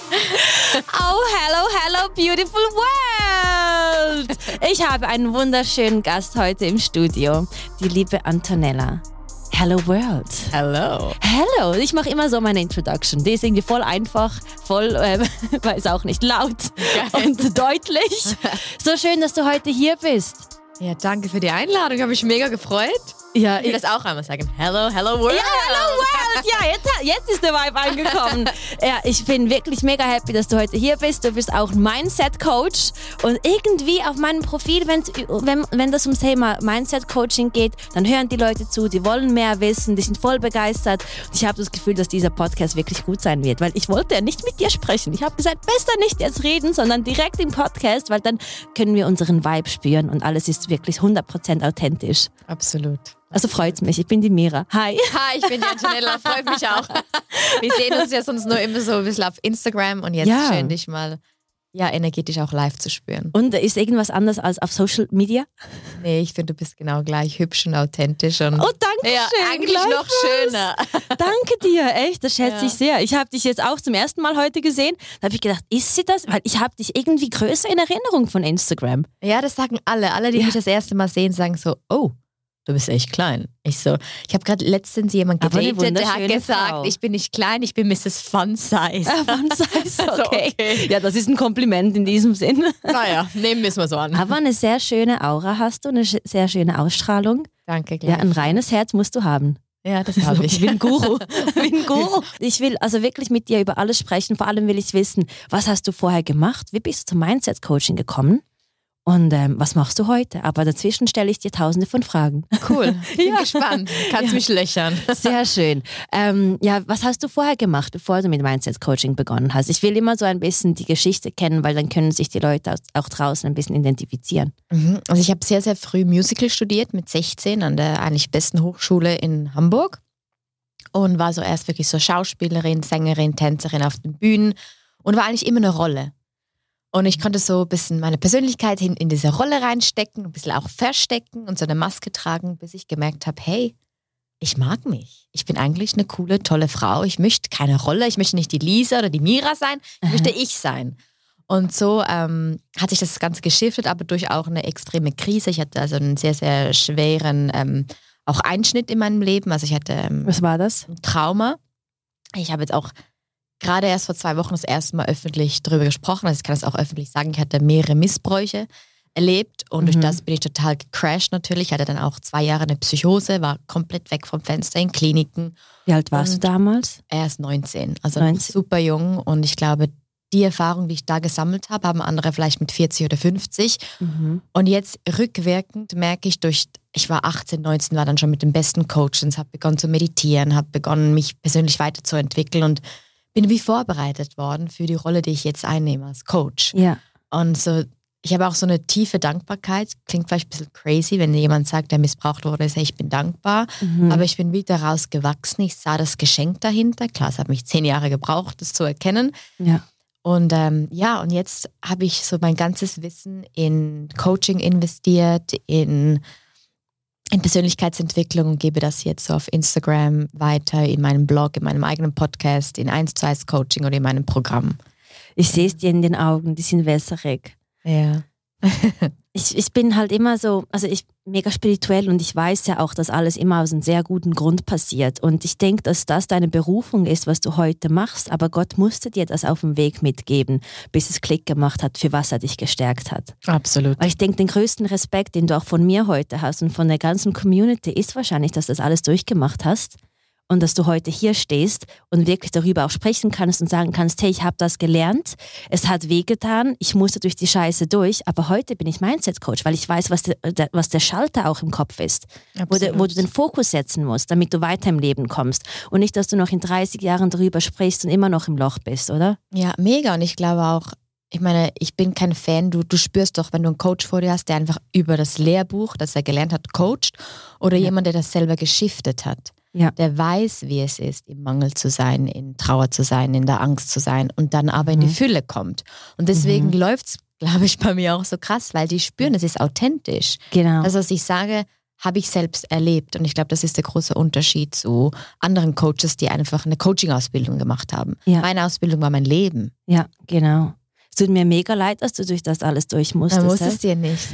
Oh, hello, beautiful world! Ich habe einen wunderschönen Gast heute im Studio, die liebe Antonella. Hello World. Hello. Hello. Ich mache immer so meine Introduction. Die ist irgendwie voll einfach, voll, weiß auch nicht, laut und deutlich. So schön, dass du heute hier bist. Ja, danke für die Einladung. Habe mich mega gefreut. Ja, ich will das auch einmal sagen. Hello world. Ja, hello world. Ja, jetzt ist der Vibe angekommen. Ja, ich bin wirklich mega happy, dass du heute hier bist. Du bist auch Mindset-Coach. Und irgendwie auf meinem Profil, wenn das ums Thema Mindset-Coaching geht, dann hören die Leute zu, die wollen mehr wissen, die sind voll begeistert. Und ich habe das Gefühl, dass dieser Podcast wirklich gut sein wird, weil ich wollte ja nicht mit dir sprechen. Ich habe gesagt, besser nicht jetzt reden, sondern direkt im Podcast, weil dann können wir unseren Vibe spüren und alles ist wirklich 100% authentisch. Absolut. Also freut's mich, ich bin die Mira. Hi. Hi, ich bin die Antonella, freut mich auch. Wir sehen uns ja sonst nur immer so ein bisschen auf Instagram und jetzt schön, dich mal energetisch auch live zu spüren. Und ist irgendwas anders als auf Social Media? Nee, ich finde, du bist genau gleich hübsch und authentisch. Und oh, danke ja, schön. Eigentlich noch schöner. Danke dir, echt, das schätze ich sehr. Ich habe dich jetzt auch zum ersten Mal heute gesehen. Da habe ich gedacht, ist sie das? Weil ich habe dich irgendwie größer in Erinnerung von Instagram. Ja, das sagen alle. Alle, die mich das erste Mal sehen, sagen so, oh, du bist echt klein. Ich habe gerade letztens jemand gedatet, der hat gesagt, Frau. Ich bin nicht klein, ich bin Mrs. Fun Size. Fun Size, okay. Ja, das ist ein Kompliment in diesem Sinn. Naja, nehmen wir es mal so an. Aber eine sehr schöne Aura hast du, eine sehr schöne Ausstrahlung. Danke, gleich. Ja, ein reines Herz musst du haben. Ja, das habe ich. Wie ein Guru. Ich will also wirklich mit dir über alles sprechen. Vor allem will ich wissen, was hast du vorher gemacht? Wie bist du zum Mindset-Coaching gekommen? Und was machst du heute? Aber dazwischen stelle ich dir tausende von Fragen. Cool, bin gespannt. Kannst mich löchern. Sehr schön. Was hast du vorher gemacht, bevor du mit Mindset-Coaching begonnen hast? Ich will immer so ein bisschen die Geschichte kennen, weil dann können sich die Leute auch draußen ein bisschen identifizieren. Also ich habe sehr, sehr früh Musical studiert, mit 16 an der eigentlich besten Hochschule in Hamburg. Und war so erst wirklich so Schauspielerin, Sängerin, Tänzerin auf den Bühnen und war eigentlich immer eine Rolle. Und ich konnte so ein bisschen meine Persönlichkeit in diese Rolle reinstecken, ein bisschen auch verstecken und so eine Maske tragen, bis ich gemerkt habe, hey, ich mag mich. Ich bin eigentlich eine coole, tolle Frau. Ich möchte keine Rolle, ich möchte nicht die Lisa oder die Mira sein, ich möchte ich sein. Und so hat sich das Ganze geschiftet, aber durch auch eine extreme Krise. Ich hatte also einen sehr, sehr schweren auch Einschnitt in meinem Leben. Also ich hatte was war das? Ein Trauma. Ich habe jetzt auch gerade erst vor 2 Wochen das erste Mal öffentlich darüber gesprochen. Also ich kann das auch öffentlich sagen. Ich hatte mehrere Missbräuche erlebt und durch das bin ich total gecrashed natürlich. Ich hatte dann auch 2 Jahre eine Psychose, war komplett weg vom Fenster in Kliniken. Wie alt warst du damals? Erst 19, also 19. Super jung. Und ich glaube, die Erfahrung, die ich da gesammelt habe, haben andere vielleicht mit 40 oder 50. Und jetzt rückwirkend merke ich ich war 18, 19, war dann schon mit den besten Coaches, habe begonnen zu meditieren, habe begonnen, mich persönlich weiterzuentwickeln und bin wie vorbereitet worden für die Rolle, die ich jetzt einnehme als Coach. Ja. Und so, ich habe auch so eine tiefe Dankbarkeit. Klingt vielleicht ein bisschen crazy, wenn jemand sagt, der missbraucht wurde, ist, ich bin dankbar. Aber ich bin wieder rausgewachsen. Ich sah das Geschenk dahinter. Klar, es hat mich 10 Jahre gebraucht, das zu erkennen. Ja. Und und jetzt habe ich so mein ganzes Wissen in Coaching investiert, in Persönlichkeitsentwicklung und gebe das jetzt so auf Instagram weiter, in meinem Blog, in meinem eigenen Podcast, in 1:1 Coaching oder in meinem Programm. Ich sehe es dir in den Augen, die sind wässerig. Ja. Ich bin halt immer so, also ich mega spirituell und ich weiß ja auch, dass alles immer aus einem sehr guten Grund passiert. Und ich denke, dass das deine Berufung ist, was du heute machst, aber Gott musste dir das auf dem Weg mitgeben, bis es Klick gemacht hat, für was er dich gestärkt hat. Absolut. Weil ich denke, den größten Respekt, den du auch von mir heute hast und von der ganzen Community, ist wahrscheinlich, dass du das alles durchgemacht hast. Und dass du heute hier stehst und wirklich darüber auch sprechen kannst und sagen kannst, hey, ich habe das gelernt, es hat wehgetan, ich musste durch die Scheiße durch, aber heute bin ich Mindset-Coach, weil ich weiß, was der Schalter auch im Kopf ist, wo du den Fokus setzen musst, damit du weiter im Leben kommst und nicht, dass du noch in 30 Jahren darüber sprichst und immer noch im Loch bist, oder? Ja, mega. Und ich glaube auch, ich meine, ich bin kein Fan, du spürst doch, wenn du einen Coach vor dir hast, der einfach über das Lehrbuch, das er gelernt hat, coacht oder jemand, der das selber geschiftet hat. Ja. Der weiß, wie es ist, im Mangel zu sein, in Trauer zu sein, in der Angst zu sein und dann aber in die Fülle kommt. Und deswegen läuft es, glaube ich, bei mir auch so krass, weil die spüren, es ist authentisch. Genau. Also, was ich sage, habe ich selbst erlebt. Und ich glaube, das ist der große Unterschied zu anderen Coaches, die einfach eine Coaching-Ausbildung gemacht haben. Ja. Meine Ausbildung war mein Leben. Ja, genau. Es tut mir mega leid, dass du durch das alles durch musstest. Man muss es dir nicht.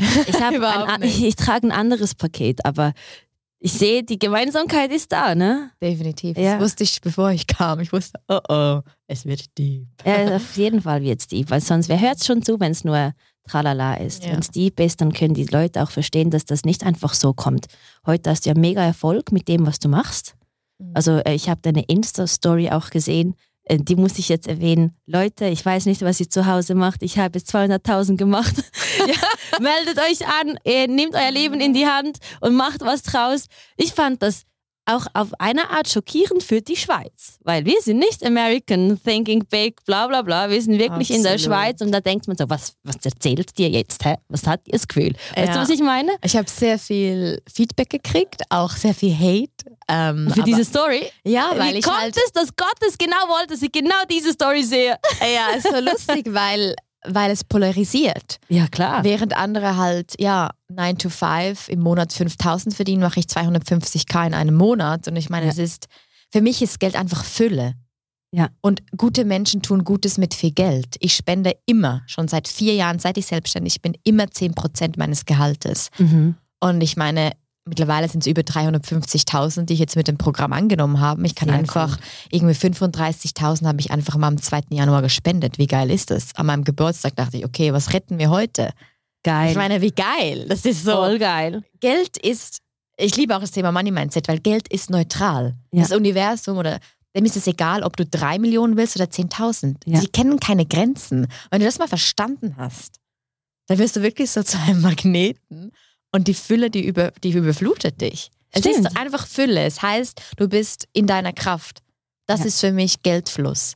Ich trage ein anderes Paket, aber ich sehe, die Gemeinsamkeit ist da, ne? Definitiv. Ja. Das wusste ich, bevor ich kam. Ich wusste, es wird deep. Ja, auf jeden Fall wird es deep, weil sonst, wer hört es schon zu, wenn es nur Tralala ist. Ja. Wenn es deep ist, dann können die Leute auch verstehen, dass das nicht einfach so kommt. Heute hast du ja mega Erfolg mit dem, was du machst. Also ich habe deine Insta-Story auch gesehen. Die muss ich jetzt erwähnen. Leute, ich weiß nicht, was ihr zu Hause macht. Ich habe jetzt 200.000 gemacht. Ja, meldet euch an, nehmt euer Leben in die Hand und macht was draus. Ich fand das auch auf eine Art schockierend für die Schweiz. Weil wir sind nicht American, thinking big, bla bla bla. Wir sind wirklich in der Schweiz und da denkt man so, was erzählt dir jetzt? Hä? Was hat ihr das Gefühl? Weißt du, was ich meine? Ich habe sehr viel Feedback gekriegt, auch sehr viel Hate. Für diese Story? Ja, weil Wie ich kommt es, dass Gott es genau wollte, dass ich genau diese Story sehe? Ja, ist so lustig, weil es polarisiert. Ja, klar. Während andere halt, 9 to 5 im Monat 5.000 verdienen, mache ich 250.000 in einem Monat. Und ich meine, für mich ist Geld einfach Fülle. Ja. Und gute Menschen tun Gutes mit viel Geld. Ich spende immer, schon seit 4 Jahren, seit ich selbstständig bin, immer 10% meines Gehaltes. Mhm. Und ich meine, mittlerweile sind es über 350.000, die ich jetzt mit dem Programm angenommen habe. Ich kann Sehr einfach, irgendwie 35.000 habe ich einfach mal am 2. Januar gespendet. Wie geil ist das? An meinem Geburtstag dachte ich, okay, was retten wir heute? Geil. Ich meine, wie geil. Das ist so. Voll geil. Geld ist, ich liebe auch das Thema Money Mindset, weil Geld ist neutral. Ja. Das Universum oder dem ist es egal, ob du 3 Millionen willst oder 10.000. Ja. Sie kennen keine Grenzen. Wenn du das mal verstanden hast, dann wirst du wirklich so zu einem Magneten und die Fülle, die überflutet dich. Es Stimmt. ist einfach Fülle. Es heißt, du bist in deiner Kraft. Das ist für mich Geldfluss.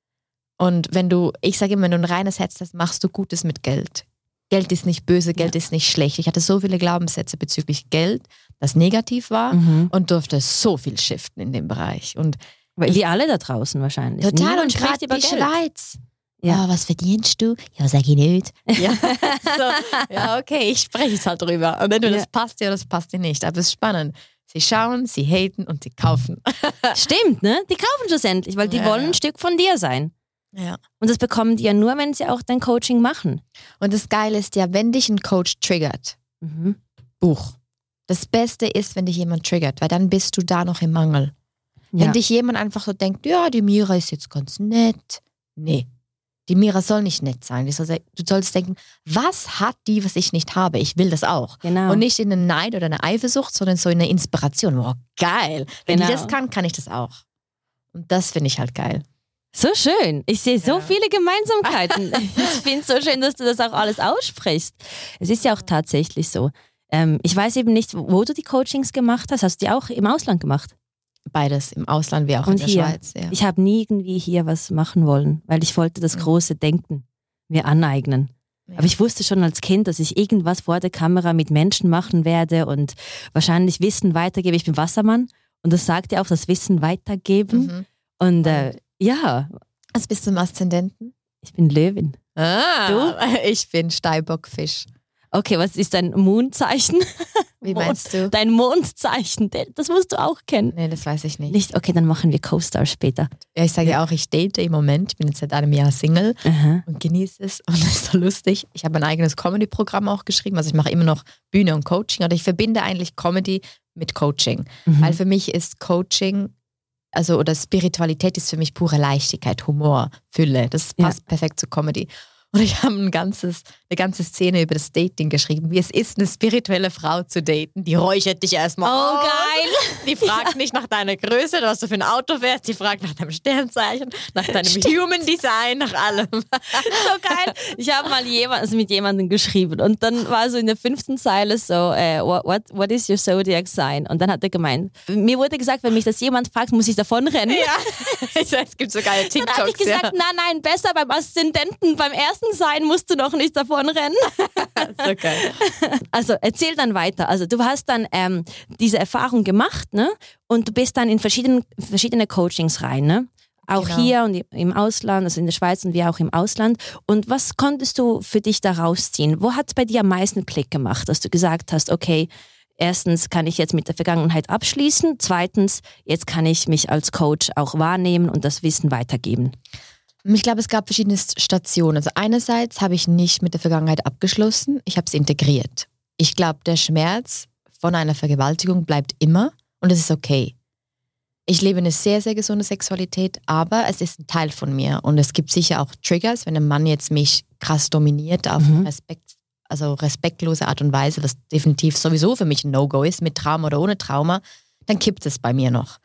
Und ich sage immer, wenn du ein reines Herz hast, machst du Gutes mit Geld. Geld ist nicht böse, Geld ist nicht schlecht. Ich hatte so viele Glaubenssätze bezüglich Geld, das negativ war und durfte so viel shiften in dem Bereich. Und wie alle da draußen wahrscheinlich. Total, Niemand und spricht gerade über die Geld. Schweiz. Ja. Was verdienst du? Ja, sag ich nicht. Ja, okay, ich spreche jetzt halt drüber. Und entweder das passt dir oder das passt dir nicht. Aber es ist spannend. Sie schauen, sie haten und sie kaufen. Stimmt, ne? Die kaufen schlussendlich, weil die wollen ein Stück von dir sein. Ja. Und das bekommen die ja nur, wenn sie auch dein Coaching machen. Und das Geile ist ja, wenn dich ein Coach triggert, Buch. Das Beste ist, wenn dich jemand triggert, weil dann bist du da noch im Mangel. Ja. Wenn dich jemand einfach so denkt, ja, die Mira ist jetzt ganz nett. Nee, die Mira soll nicht nett sein. Du sollst denken, was hat die, was ich nicht habe? Ich will das auch. Genau. Und nicht in einen Neid oder eine Eifersucht, sondern so in eine Inspiration. Wow, geil. Wenn die das kann ich das auch. Und das finde ich halt geil. So schön. Ich sehe so viele Gemeinsamkeiten. Ich finde es so schön, dass du das auch alles aussprichst. Es ist ja auch tatsächlich so. Ich weiß eben nicht, wo du die Coachings gemacht hast. Hast du die auch im Ausland gemacht? Beides, im Ausland wie auch in der Schweiz. Ja. Ich habe nie irgendwie hier was machen wollen, weil ich wollte das große Denken mir aneignen. Ja. Aber ich wusste schon als Kind, dass ich irgendwas vor der Kamera mit Menschen machen werde und wahrscheinlich Wissen weitergebe. Ich bin Wassermann und das sagt ja auch, das Wissen weitergeben. Und ja. Was bist du im Aszendenten? Ich bin Löwin. Du? Ich bin Steinbockfisch. Okay, was ist dein Mondzeichen? Wie meinst du? Dein Mondzeichen, das musst du auch kennen. Nee, das weiß ich nicht. Okay, dann machen wir Co-Star später. Ja, ich sage ja auch, ich date im Moment. Ich bin jetzt seit einem Jahr Single und genieße es. Und das ist so lustig. Ich habe ein eigenes Comedy-Programm auch geschrieben. Also ich mache immer noch Bühne und Coaching. Oder ich verbinde eigentlich Comedy mit Coaching. Weil für mich ist Coaching, oder Spiritualität ist für mich pure Leichtigkeit, Humor, Fülle. Das passt perfekt zu Comedy. Und ich habe eine ganze Szene über das Dating geschrieben, wie es ist, eine spirituelle Frau zu daten. Die räuchert dich erstmal aus. Geil! Die fragt nicht nach deiner Größe, was du für ein Auto fährst. Die fragt nach deinem Sternzeichen, nach deinem Human Design, nach allem. So geil. Ich habe mal mit jemandem geschrieben und dann war so in der 5. Zeile so, what is your zodiac sign? Und dann hat er gemeint, mir wurde gesagt, wenn mich das jemand fragt, muss ich davon rennen. Ja, es gibt so geile TikToks. Dann habe ich gesagt, nein, besser beim Aszendenten, beim ersten Sein musst du noch nicht davon rennen. So geil. Also erzähl dann weiter. Also du hast dann diese Erfahrung gemacht, ne? Und du bist dann in verschiedene Coachings rein, ne? Auch hier und im Ausland, also in der Schweiz und wie auch im Ausland. Und was konntest du für dich da rausziehen? Wo hat es bei dir am meisten Klick gemacht, dass du gesagt hast, okay, erstens kann ich jetzt mit der Vergangenheit abschließen, zweitens, jetzt kann ich mich als Coach auch wahrnehmen und das Wissen weitergeben. Ich glaube, es gab verschiedene Stationen. Also einerseits habe ich nicht mit der Vergangenheit abgeschlossen, ich habe es integriert. Ich glaube, der Schmerz von einer Vergewaltigung bleibt immer und es ist okay. Ich lebe eine sehr, sehr gesunde Sexualität, aber es ist ein Teil von mir und es gibt sicher auch Triggers, wenn ein Mann jetzt mich krass dominiert auf respektlose Art und Weise, was definitiv sowieso für mich ein No-Go ist, mit Trauma oder ohne Trauma, dann kippt es bei mir noch.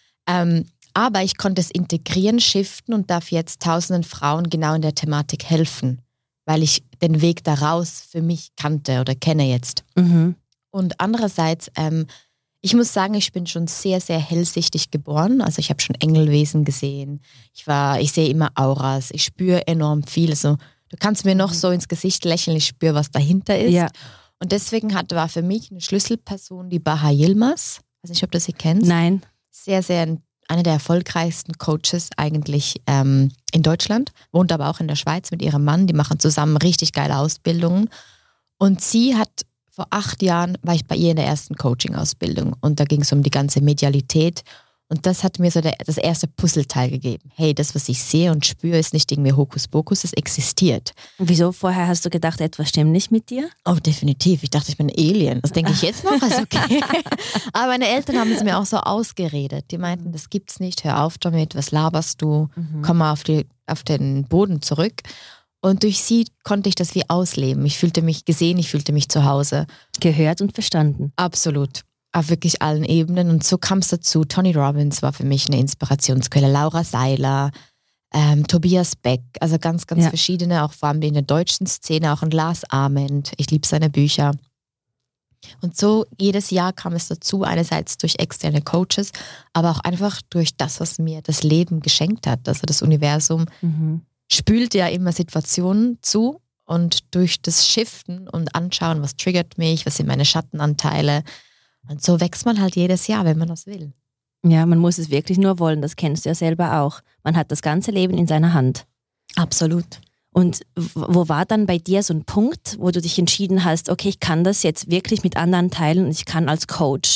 Aber ich konnte es integrieren, shiften und darf jetzt tausenden Frauen genau in der Thematik helfen, weil ich den Weg daraus für mich kannte oder kenne jetzt. Mhm. Und andererseits, ich muss sagen, ich bin schon sehr, sehr hellsichtig geboren. Also ich habe schon Engelwesen gesehen. Ich sehe immer Auras. Ich spüre enorm viel. Also du kannst mir noch so ins Gesicht lächeln, ich spüre, was dahinter ist. Ja. Und deswegen war für mich eine Schlüsselperson die Baha Yilmaz. Ich weiß nicht, ob du sie kennst. Nein. Sehr, sehr eine der erfolgreichsten Coaches eigentlich in Deutschland. Wohnt aber auch in der Schweiz mit ihrem Mann. Die machen zusammen richtig geile Ausbildungen. Und sie hat vor 8 Jahren war ich bei ihr in der ersten Coaching-Ausbildung und da ging es um die ganze Medialität und das hat mir so das erste Puzzleteil gegeben. Hey, das, was ich sehe und spüre, ist nicht irgendwie Hokuspokus, es existiert. Und wieso vorher hast du gedacht, etwas stimmt nicht mit dir? Oh, definitiv. Ich dachte, ich bin ein Alien. Das denke ich jetzt noch, ist okay. Aber meine Eltern haben es mir auch so ausgeredet. Die meinten, das gibt's nicht, hör auf damit, was laberst du, komm mal auf den Boden zurück. Und durch sie konnte ich das wie ausleben. Ich fühlte mich gesehen, ich fühlte mich zu Hause. Gehört und verstanden. Absolut. Auf wirklich allen Ebenen. Und so kam es dazu. Tony Robbins war für mich eine Inspirationsquelle. Laura Seiler, Tobias Beck. Also ganz, ganz verschiedene, auch vor allem in der deutschen Szene. Auch ein Lars Ament. Ich liebe seine Bücher. Und so jedes Jahr kam es dazu. Einerseits durch externe Coaches, aber auch einfach durch das, was mir das Leben geschenkt hat. Also das Universum spült ja immer Situationen zu und durch das Shiften und Anschauen, was triggert mich, was sind meine Schattenanteile und so wächst man halt jedes Jahr, wenn man das will. Ja, man muss es wirklich nur wollen, das kennst du ja selber auch. Man hat das ganze Leben in seiner Hand. Absolut. Und wo war dann bei dir so ein Punkt, wo du dich entschieden hast, okay, ich kann das jetzt wirklich mit anderen teilen und ich kann als Coach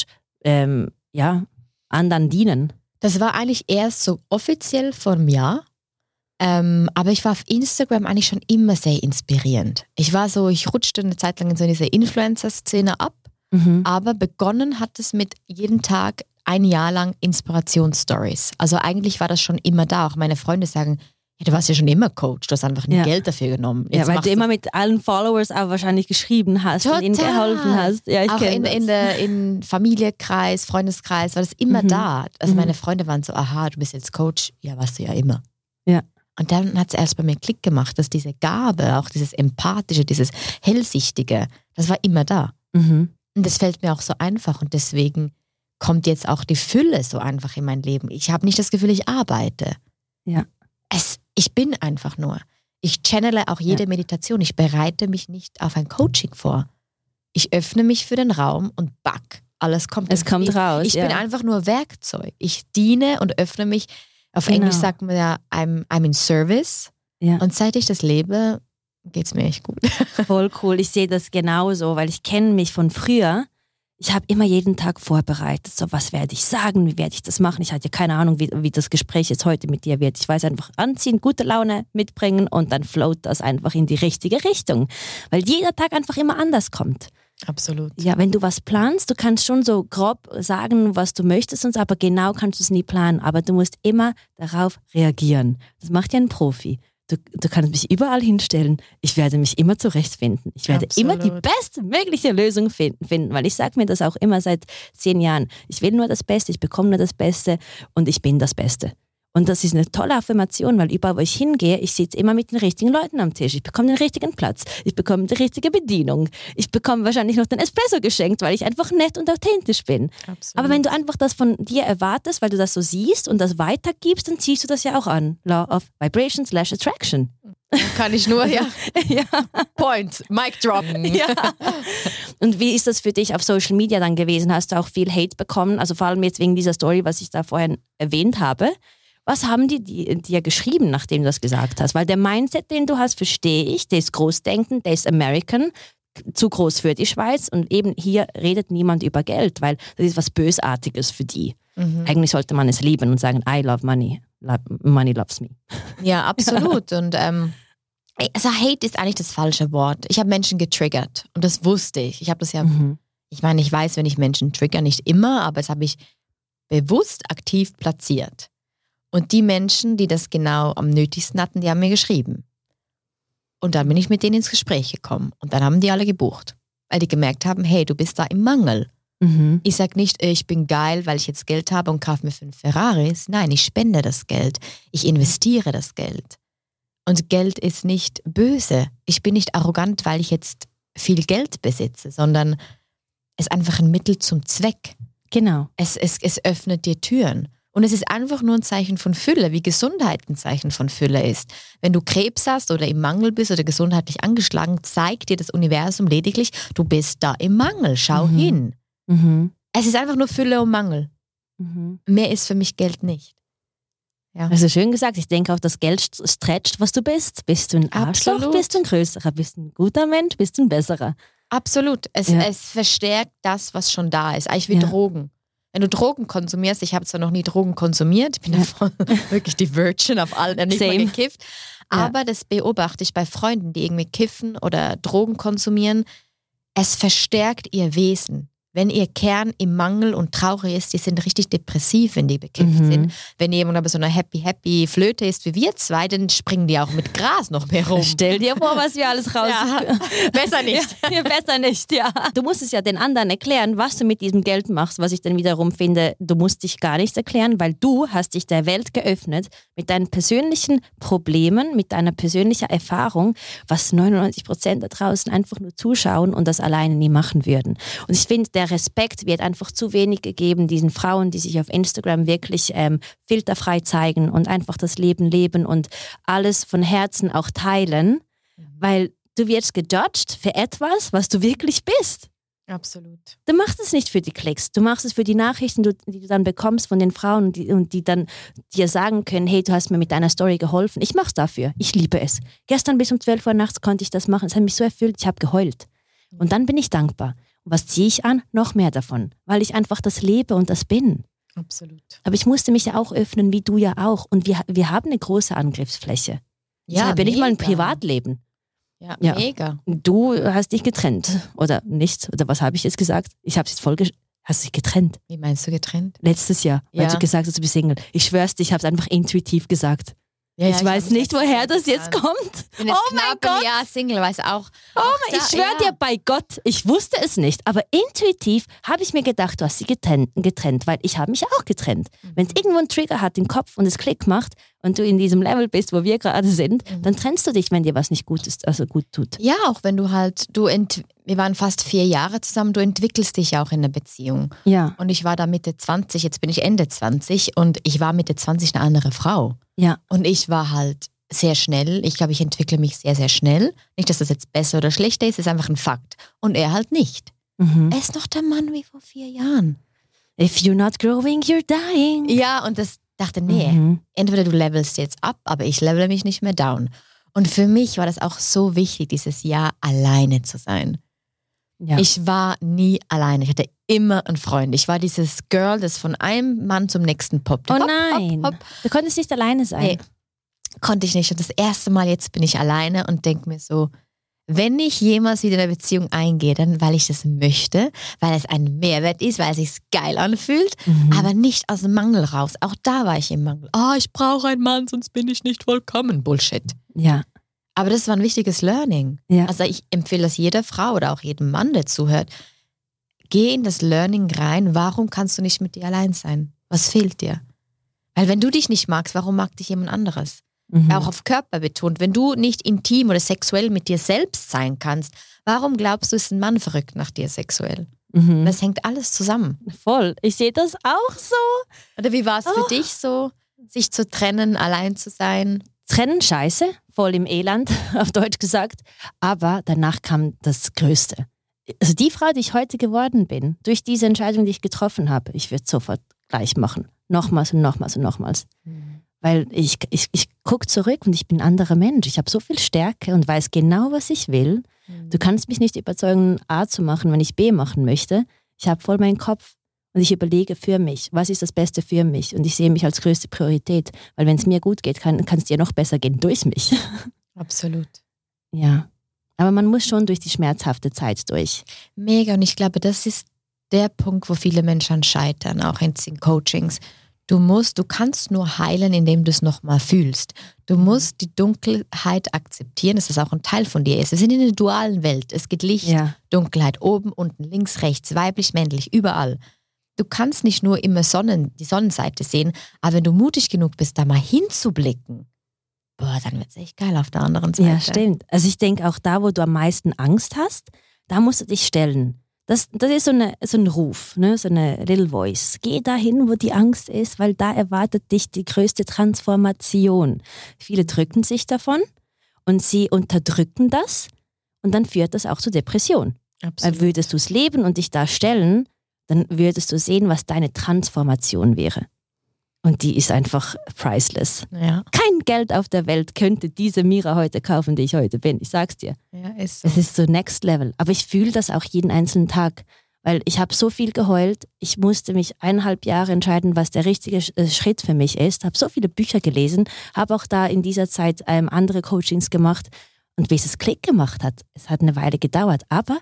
anderen dienen? Das war eigentlich erst so offiziell vor einem Jahr. Aber ich war auf Instagram eigentlich schon immer sehr inspirierend. Ich rutschte eine Zeit lang in so diese Influencer-Szene ab, aber begonnen hat es mit jeden Tag 1 Jahr lang Inspirationsstories. Also eigentlich war das schon immer da. Auch meine Freunde sagen, ja, du warst ja schon immer Coach, du hast einfach nie Geld dafür genommen. Jetzt weil du immer mit allen Followers auch wahrscheinlich geschrieben hast und ihnen geholfen hast. Ja, ich auch in Familienkreis, Freundeskreis war das immer da. Also meine Freunde waren so, aha, du bist jetzt Coach. Ja, warst du ja immer. Ja. Und dann hat es erst bei mir Klick gemacht, dass diese Gabe, auch dieses Empathische, dieses Hellsichtige, das war immer da. Und das fällt mir auch so einfach und deswegen kommt jetzt auch die Fülle so einfach in mein Leben. Ich habe nicht das Gefühl, ich arbeite. Ja. Ich bin einfach nur. Ich channele auch jede Meditation. Ich bereite mich nicht auf ein Coaching vor. Ich öffne mich für den Raum und back. Alles kommt. Es kommt raus. Ich bin einfach nur Werkzeug. Ich diene und öffne mich. Auf Englisch sagt man ja, I'm in service. Ja. Und seit ich das lebe, geht es mir echt gut. Voll cool. Ich sehe das genauso, weil ich kenne mich von früher. Ich habe immer jeden Tag vorbereitet, so was werde ich sagen, wie werde ich das machen. Ich hatte keine Ahnung, wie das Gespräch jetzt heute mit dir wird. Ich weiß einfach anziehen, gute Laune mitbringen und dann float das einfach in die richtige Richtung. Weil jeder Tag einfach immer anders kommt. Absolut. Ja, wenn du was planst, du kannst schon so grob sagen, was du möchtest, aber genau kannst du es nie planen. Aber du musst immer darauf reagieren. Das macht ja ein Profi. Du kannst mich überall hinstellen. Ich werde mich immer zurechtfinden. Ich werde immer die bestmögliche Lösung finden, weil ich sage mir das auch immer seit 10 Jahren. Ich will nur das Beste, ich bekomme nur das Beste und ich bin das Beste. Und das ist eine tolle Affirmation, weil überall, wo ich hingehe, ich sitze immer mit den richtigen Leuten am Tisch. Ich bekomme den richtigen Platz. Ich bekomme die richtige Bedienung. Ich bekomme wahrscheinlich noch den Espresso geschenkt, weil ich einfach nett und authentisch bin. Absolut. Aber wenn du einfach das von dir erwartest, weil du das so siehst und das weitergibst, dann ziehst du das ja auch an. Law of Vibration/Attraction. Kann ich nur, ja. Point, Mic drop. Ja. Und wie ist das für dich auf Social Media dann gewesen? Hast du auch viel Hate bekommen? Also vor allem jetzt wegen dieser Story, was ich da vorhin erwähnt habe. Was haben die dir geschrieben, nachdem du das gesagt hast? Weil der Mindset, den du hast, verstehe ich. Der ist Großdenken, der ist American. zu groß für die Schweiz und eben hier redet niemand über Geld, weil das ist was Bösartiges für die. Eigentlich sollte man es lieben und sagen, I love money, money loves me. Ja, absolut. Und also Hate ist eigentlich das falsche Wort. Ich habe Menschen getriggert und das wusste ich. Ich habe das ja, ich meine, ich weiß, wenn ich Menschen trigger, nicht immer, aber das habe ich bewusst aktiv platziert. Und die Menschen, die das genau am nötigsten hatten, die haben mir geschrieben. Und dann bin ich mit denen ins Gespräch gekommen. Und dann haben die alle gebucht. Weil die gemerkt haben, hey, du bist da im Mangel. Ich sage nicht, ich bin geil, weil ich jetzt Geld habe und kaufe mir 5 Ferraris. Nein, ich spende das Geld. Ich investiere das Geld. Und Geld ist nicht böse. Ich bin nicht arrogant, weil ich jetzt viel Geld besitze, sondern es ist einfach ein Mittel zum Zweck. Genau. Es öffnet dir Türen. Und es ist einfach nur ein Zeichen von Fülle, wie Gesundheit ein Zeichen von Fülle ist. Wenn du Krebs hast oder im Mangel bist oder gesundheitlich angeschlagen, zeigt dir das Universum lediglich, du bist da im Mangel, schau hin. Es ist einfach nur Fülle und Mangel. Mehr ist für mich Geld nicht. Ja. Also schön gesagt, ich denke auch, das Geld stretcht, was du bist. Bist du ein Arschloch, Absolut. bist du ein größerer, bist du ein guter Mensch, bist du ein besserer. Absolut. Es verstärkt das, was schon da ist. Eigentlich wie Drogen. Wenn du Drogen konsumierst, ich habe zwar noch nie Drogen konsumiert, ich bin ja voll, wirklich die Virgin auf allen, nicht mal gekifft, aber das beobachte ich bei Freunden, die irgendwie kiffen oder Drogen konsumieren. Es verstärkt ihr Wesen. Wenn ihr Kern im Mangel und traurig ist, die sind richtig depressiv, wenn die bekifft sind. Wenn jemand aber so eine happy Flöte ist wie wir zwei, dann springen die auch mit Gras noch mehr rum. Stell dir vor, was wir alles raus... Ja, besser nicht. Ja, besser nicht, ja. Du musst es ja den anderen erklären, was du mit diesem Geld machst, was ich dann wiederum finde, du musst dich gar nichts erklären, weil du hast dich der Welt geöffnet mit deinen persönlichen Problemen, mit deiner persönlichen Erfahrung, was 99% da draußen einfach nur zuschauen und das alleine nie machen würden. Und ich finde, der Respekt wird einfach zu wenig gegeben diesen Frauen, die sich auf Instagram wirklich filterfrei zeigen und einfach das Leben leben und alles von Herzen auch teilen, weil du wirst gejudged für etwas, was du wirklich bist. Absolut. Du machst es nicht für die Klicks, du machst es für die Nachrichten, die du dann bekommst von den Frauen und die dann dir sagen können, hey, du hast mir mit deiner Story geholfen. Ich mach's dafür, ich liebe es. Gestern bis um 12 Uhr nachts konnte ich das machen, es hat mich so erfüllt, ich habe geheult. Und dann bin ich dankbar. Und was ziehe ich an? Noch mehr davon, weil ich einfach das lebe und das bin. Absolut. Aber ich musste mich ja auch öffnen, wie du ja auch. Und wir haben eine große Angriffsfläche. Ich habe ja nicht mal ein Privatleben. Ja, mega. Du hast dich getrennt, oder nicht? Oder was habe ich jetzt gesagt? Ich habe es jetzt hast du dich getrennt? Wie meinst du getrennt? Letztes Jahr, weil du gesagt hast, du bist Single. Ich schwör's dir, ich habe es einfach intuitiv gesagt. Ja, ich weiß nicht, woher das jetzt kommt. Ich bin jetzt knapp ein Jahr Single, weiß auch. Ich schwöre dir bei Gott, ich wusste es nicht, aber intuitiv habe ich mir gedacht, du hast sie getrennt, weil ich habe mich auch getrennt. Wenn es irgendwo einen Trigger hat im Kopf und es Klick macht und du in diesem Level bist, wo wir gerade sind, dann trennst du dich, wenn dir was nicht gut ist, also gut tut. Ja, auch wenn du halt, wir waren fast 4 Jahre zusammen, du entwickelst dich ja auch in der Beziehung. Ja. Und ich war da Mitte 20, jetzt bin ich Ende 20 und ich war Mitte 20 eine andere Frau. Ja. Und ich war halt sehr schnell. Ich glaube, ich entwickle mich sehr, sehr schnell. Nicht, dass das jetzt besser oder schlechter ist, ist einfach ein Fakt. Und er halt nicht. Er ist noch der Mann wie vor 4 Jahren. If you're not growing, you're dying. Ja, und das dachte, nee, entweder du levelst jetzt ab, aber ich levele mich nicht mehr down. Und für mich war das auch so wichtig, dieses Jahr alleine zu sein. Ja. Ich war nie alleine. Ich hatte immer einen Freund. Ich war dieses Girl, das von einem Mann zum nächsten poppt. Oh nein, hopp. Du konntest nicht alleine sein. Nee, konnte ich nicht. Und das erste Mal jetzt bin ich alleine und denke mir so, wenn ich jemals wieder in eine Beziehung eingehe, dann weil ich das möchte, weil es ein Mehrwert ist, weil es sich geil anfühlt, aber nicht aus dem Mangel raus. Auch da war ich im Mangel. Ich brauche einen Mann, sonst bin ich nicht vollkommen. Bullshit. Ja. Aber das war ein wichtiges Learning. Ja. Also ich empfehle das jeder Frau oder auch jedem Mann, der zuhört. Geh in das Learning rein. Warum kannst du nicht mit dir allein sein? Was fehlt dir? Weil wenn du dich nicht magst, warum mag dich jemand anderes? Auch auf Körper betont. Wenn du nicht intim oder sexuell mit dir selbst sein kannst, warum glaubst du, ist ein Mann verrückt nach dir sexuell? Das hängt alles zusammen. Voll. Ich sehe das auch so. Oder wie war es für dich so, sich zu trennen, allein zu sein? Trennen scheiße, voll im Elend, auf Deutsch gesagt. Aber danach kam das Größte. Also die Frau, die ich heute geworden bin, durch diese Entscheidung, die ich getroffen habe, ich würde es sofort gleich machen. Nochmals und nochmals und nochmals. Weil ich gucke zurück und ich bin ein anderer Mensch. Ich habe so viel Stärke und weiß genau, was ich will. Du kannst mich nicht überzeugen, A zu machen, wenn ich B machen möchte. Ich habe voll meinen Kopf und ich überlege für mich, was ist das Beste für mich? Und ich sehe mich als größte Priorität. Weil wenn es mir gut geht, kann es dir noch besser gehen durch mich. Absolut. Ja, aber man muss schon durch die schmerzhafte Zeit durch. Mega, und ich glaube, das ist der Punkt, wo viele Menschen scheitern, auch in Coachings. Du kannst nur heilen, indem du es nochmal fühlst. Du musst die Dunkelheit akzeptieren, dass das auch ein Teil von dir ist. Wir sind in einer dualen Welt. Es gibt Licht, Dunkelheit, oben, unten, links, rechts, weiblich, männlich, überall. Du kannst nicht nur immer die Sonnenseite sehen, aber wenn du mutig genug bist, da mal hinzublicken, dann wird es echt geil auf der anderen Seite. Ja, stimmt. Also ich denke auch da, wo du am meisten Angst hast, da musst du dich stellen. Das ist so ein Ruf, ne? So eine Little Voice. Geh dahin, wo die Angst ist, weil da erwartet dich die größte Transformation. Viele drücken sich davon und sie unterdrücken das und dann führt das auch zu Depression. Absolut. Weil würdest du es leben und dich da stellen, dann würdest du sehen, was deine Transformation wäre. Und die ist einfach priceless. Ja. Kein Geld auf der Welt könnte diese Mira heute kaufen, die ich heute bin. Ich sag's dir. Ja, ist so. Es ist so next level. Aber ich fühle das auch jeden einzelnen Tag. Weil ich habe so viel geheult. Ich musste mich 1,5 Jahre entscheiden, was der richtige Schritt für mich ist. Habe so viele Bücher gelesen. Habe auch da in dieser Zeit andere Coachings gemacht. Und bis es Klick gemacht hat, es hat eine Weile gedauert. Aber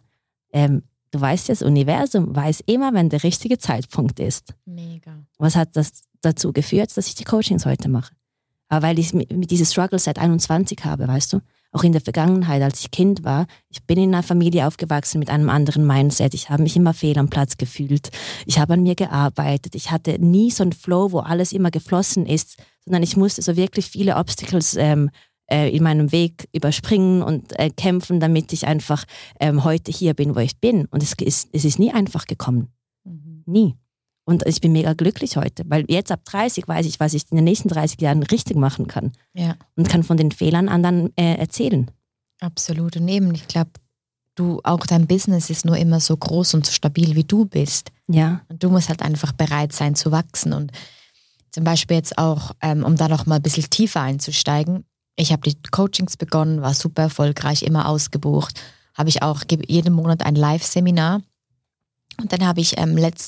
du weißt ja, das Universum weiß immer, wenn der richtige Zeitpunkt ist. Mega. Was hat das dazu geführt, dass ich die Coachings heute mache? Aber weil ich mit diese Struggles seit 21 habe, weißt du? Auch in der Vergangenheit, als ich Kind war, ich bin in einer Familie aufgewachsen mit einem anderen Mindset. Ich habe mich immer fehl am Platz gefühlt. Ich habe an mir gearbeitet. Ich hatte nie so einen Flow, wo alles immer geflossen ist, sondern ich musste so wirklich viele Obstacles in meinem Weg überspringen und kämpfen, damit ich einfach heute hier bin, wo ich bin. Und es ist nie einfach gekommen. Nie. Und ich bin mega glücklich heute, weil jetzt ab 30 weiß ich, was ich in den nächsten 30 Jahren richtig machen kann. Ja. Und kann von den Fehlern anderen erzählen. Absolut. Und eben, ich glaube, auch dein Business ist nur immer so groß und so stabil, wie du bist. Ja. Und du musst halt einfach bereit sein zu wachsen. Und zum Beispiel jetzt auch, um da noch mal ein bisschen tiefer einzusteigen, ich habe die Coachings begonnen, war super erfolgreich, immer ausgebucht. Gebe jeden Monat ein Live-Seminar. Und dann habe ich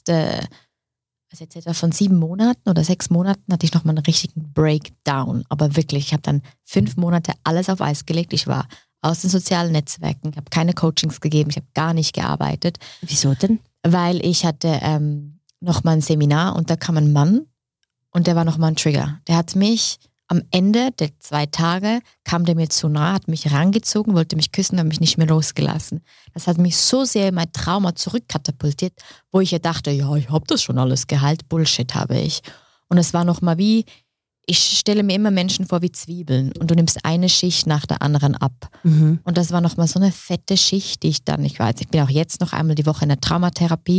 jetzt etwa von 7 Monaten oder 6 Monaten hatte ich nochmal einen richtigen Breakdown. Aber wirklich, ich habe dann 5 Monate alles auf Eis gelegt. Ich war aus den sozialen Netzwerken, ich habe keine Coachings gegeben, ich habe gar nicht gearbeitet. Wieso denn? Weil ich hatte nochmal ein Seminar und da kam ein Mann und der war nochmal ein Trigger. Der hat mich am Ende der 2 Tage, kam der mir zu nah, hat mich rangezogen, wollte mich küssen, hat mich nicht mehr losgelassen. Das hat mich so sehr in mein Trauma zurückkatapultiert, wo ich ja dachte, ja, ich habe das schon alles geheilt, Bullshit habe ich. Und es war nochmal wie, ich stelle mir immer Menschen vor wie Zwiebeln und du nimmst eine Schicht nach der anderen ab. Und das war nochmal so eine fette Schicht, die ich bin auch jetzt noch einmal die Woche in der Traumatherapie,